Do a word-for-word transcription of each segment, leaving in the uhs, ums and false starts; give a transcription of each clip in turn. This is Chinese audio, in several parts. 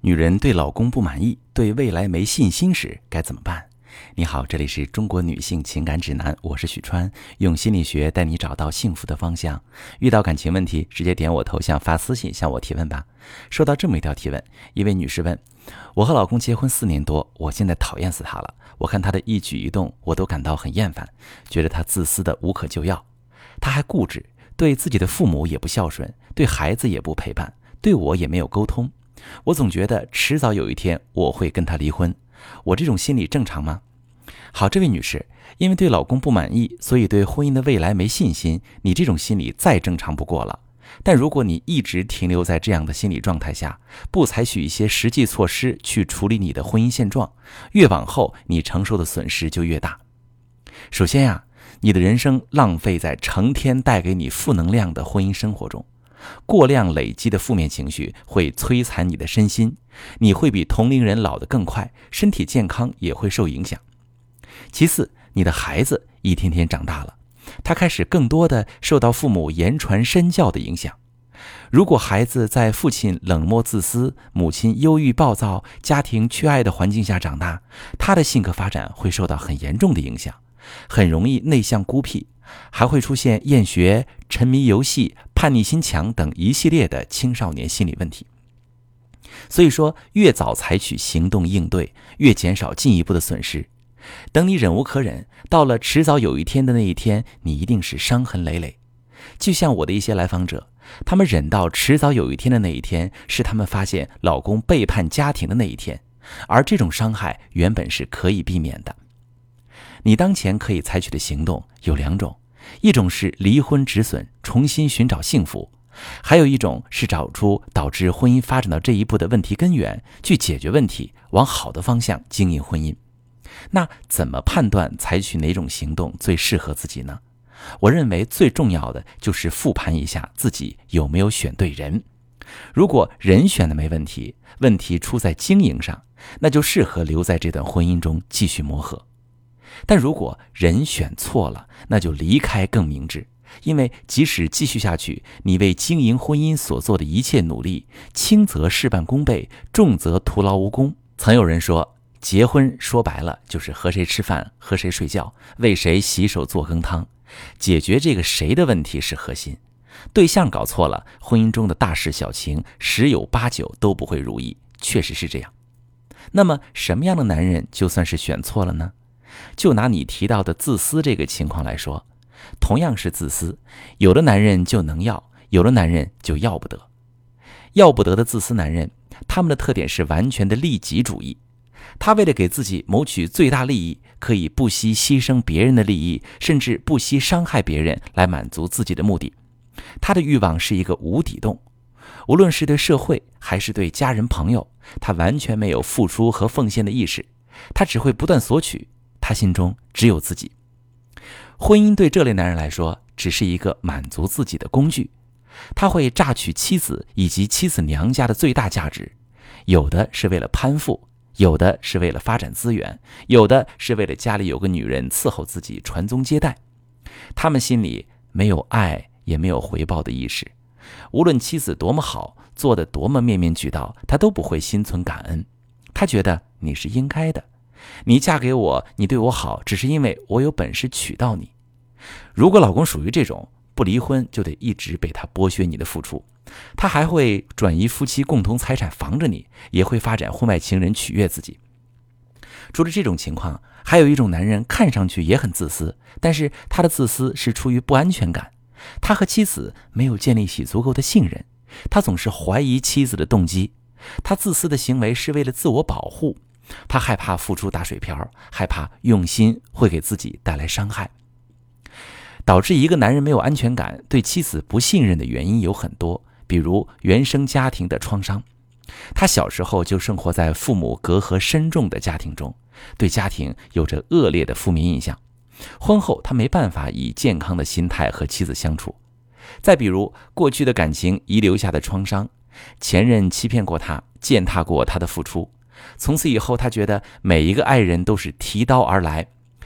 女人对老公不满意，对未来没信心时该怎么办？你好，这里是中国女性情感指南，我是许川，用心理学带你找到幸福的方向。遇到感情问题，直接点我头像发私信向我提问吧。收到这么一条提问，一位女士问：我和老公结婚四年多，我现在讨厌死他了，我看他的一举一动我都感到很厌烦，觉得他自私的无可救药，他还固执，对自己的父母也不孝顺，对孩子也不陪伴，对我也没有沟通，我总觉得迟早有一天我会跟他离婚，我这种心理正常吗？好，这位女士，因为对老公不满意，所以对婚姻的未来没信心，你这种心理再正常不过了。但如果你一直停留在这样的心理状态下，不采取一些实际措施去处理你的婚姻现状，越往后你承受的损失就越大。首先呀、啊，你的人生浪费在成天带给你负能量的婚姻生活中，过量累积的负面情绪会摧残你的身心，你会比同龄人老得更快，身体健康也会受影响。其次，你的孩子一天天长大了，他开始更多的受到父母言传身教的影响。如果孩子在父亲冷漠自私、母亲忧郁暴躁、家庭缺爱的环境下长大，他的性格发展会受到很严重的影响，很容易内向孤僻，还会出现厌学、沉迷游戏、叛逆心强等一系列的青少年心理问题。所以说，越早采取行动应对，越减少进一步的损失。等你忍无可忍，到了迟早有一天的那一天，你一定是伤痕累累。就像我的一些来访者，他们忍到迟早有一天的那一天，是他们发现老公背叛家庭的那一天，而这种伤害原本是可以避免的。你当前可以采取的行动有两种，一种是离婚止损，重新寻找幸福，还有一种是找出导致婚姻发展到这一步的问题根源，去解决问题，往好的方向经营婚姻。那怎么判断采取哪种行动最适合自己呢？我认为最重要的就是复盘一下自己有没有选对人。如果人选的没问题，问题出在经营上，那就适合留在这段婚姻中继续磨合。但如果人选错了，那就离开更明智，因为即使继续下去，你为经营婚姻所做的一切努力，轻则事半功倍，重则徒劳无功。曾有人说，结婚说白了就是和谁吃饭，和谁睡觉，为谁洗手做羹汤，解决这个谁的问题是核心。对象搞错了，婚姻中的大事小情十有八九都不会如意，确实是这样。那么什么样的男人就算是选错了呢？就拿你提到的自私这个情况来说，同样是自私，有的男人就能要，有的男人就要不得。要不得的自私男人，他们的特点是完全的利己主义。他为了给自己谋取最大利益，可以不惜牺牲别人的利益，甚至不惜伤害别人来满足自己的目的。他的欲望是一个无底洞，无论是对社会还是对家人朋友，他完全没有付出和奉献的意识，他只会不断索取，他心中只有自己。婚姻对这类男人来说，只是一个满足自己的工具，他会榨取妻子以及妻子娘家的最大价值，有的是为了攀附，有的是为了发展资源，有的是为了家里有个女人伺候自己传宗接代。他们心里没有爱，也没有回报的意识，无论妻子多么好，做得多么面面俱到，他都不会心存感恩。他觉得你是应该的，你嫁给我，你对我好，只是因为我有本事娶到你。如果老公属于这种不离婚就得一直被他剥削你的付出，他还会转移夫妻共同财产防着你，也会发展婚外情人取悦自己。除了这种情况，还有一种男人看上去也很自私，但是他的自私是出于不安全感。他和妻子没有建立起足够的信任，他总是怀疑妻子的动机，他自私的行为是为了自我保护，他害怕付出打水漂，害怕用心会给自己带来伤害。导致一个男人没有安全感，对妻子不信任的原因有很多，比如原生家庭的创伤。他小时候就生活在父母隔阂深重的家庭中，对家庭有着恶劣的负面印象。婚后他没办法以健康的心态和妻子相处。再比如过去的感情遗留下的创伤，前任欺骗过他，践踏过他的付出，从此以后他觉得每一个爱人都是提刀而来，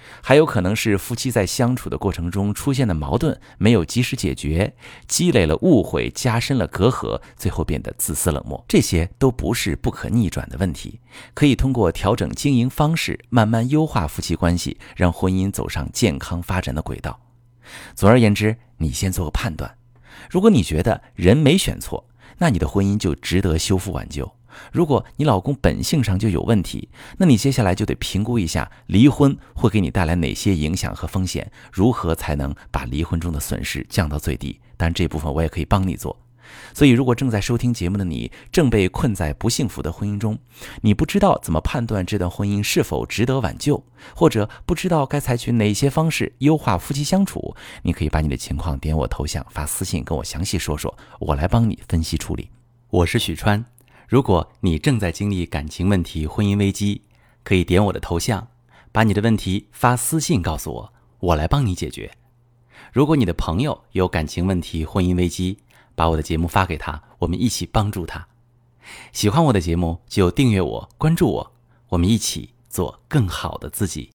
还有可能是夫妻在相处的过程中出现的矛盾没有及时解决，积累了误会，加深了隔阂，最后变得自私冷漠。这些都不是不可逆转的问题，可以通过调整经营方式，慢慢优化夫妻关系，让婚姻走上健康发展的轨道。总而言之，你先做个判断，如果你觉得人没选错，那你的婚姻就值得修复挽救。如果你老公本性上就有问题，那你接下来就得评估一下离婚会给你带来哪些影响和风险，如何才能把离婚中的损失降到最低。当然这部分我也可以帮你做。所以如果正在收听节目的你正被困在不幸福的婚姻中，你不知道怎么判断这段婚姻是否值得挽救，或者不知道该采取哪些方式优化夫妻相处，你可以把你的情况点我头像发私信跟我详细说说，我来帮你分析处理。我是许川，如果你正在经历感情问题、婚姻危机，可以点我的头像，把你的问题发私信告诉我，我来帮你解决。如果你的朋友有感情问题、婚姻危机，把我的节目发给他，我们一起帮助他。喜欢我的节目就订阅我、关注我，我们一起做更好的自己。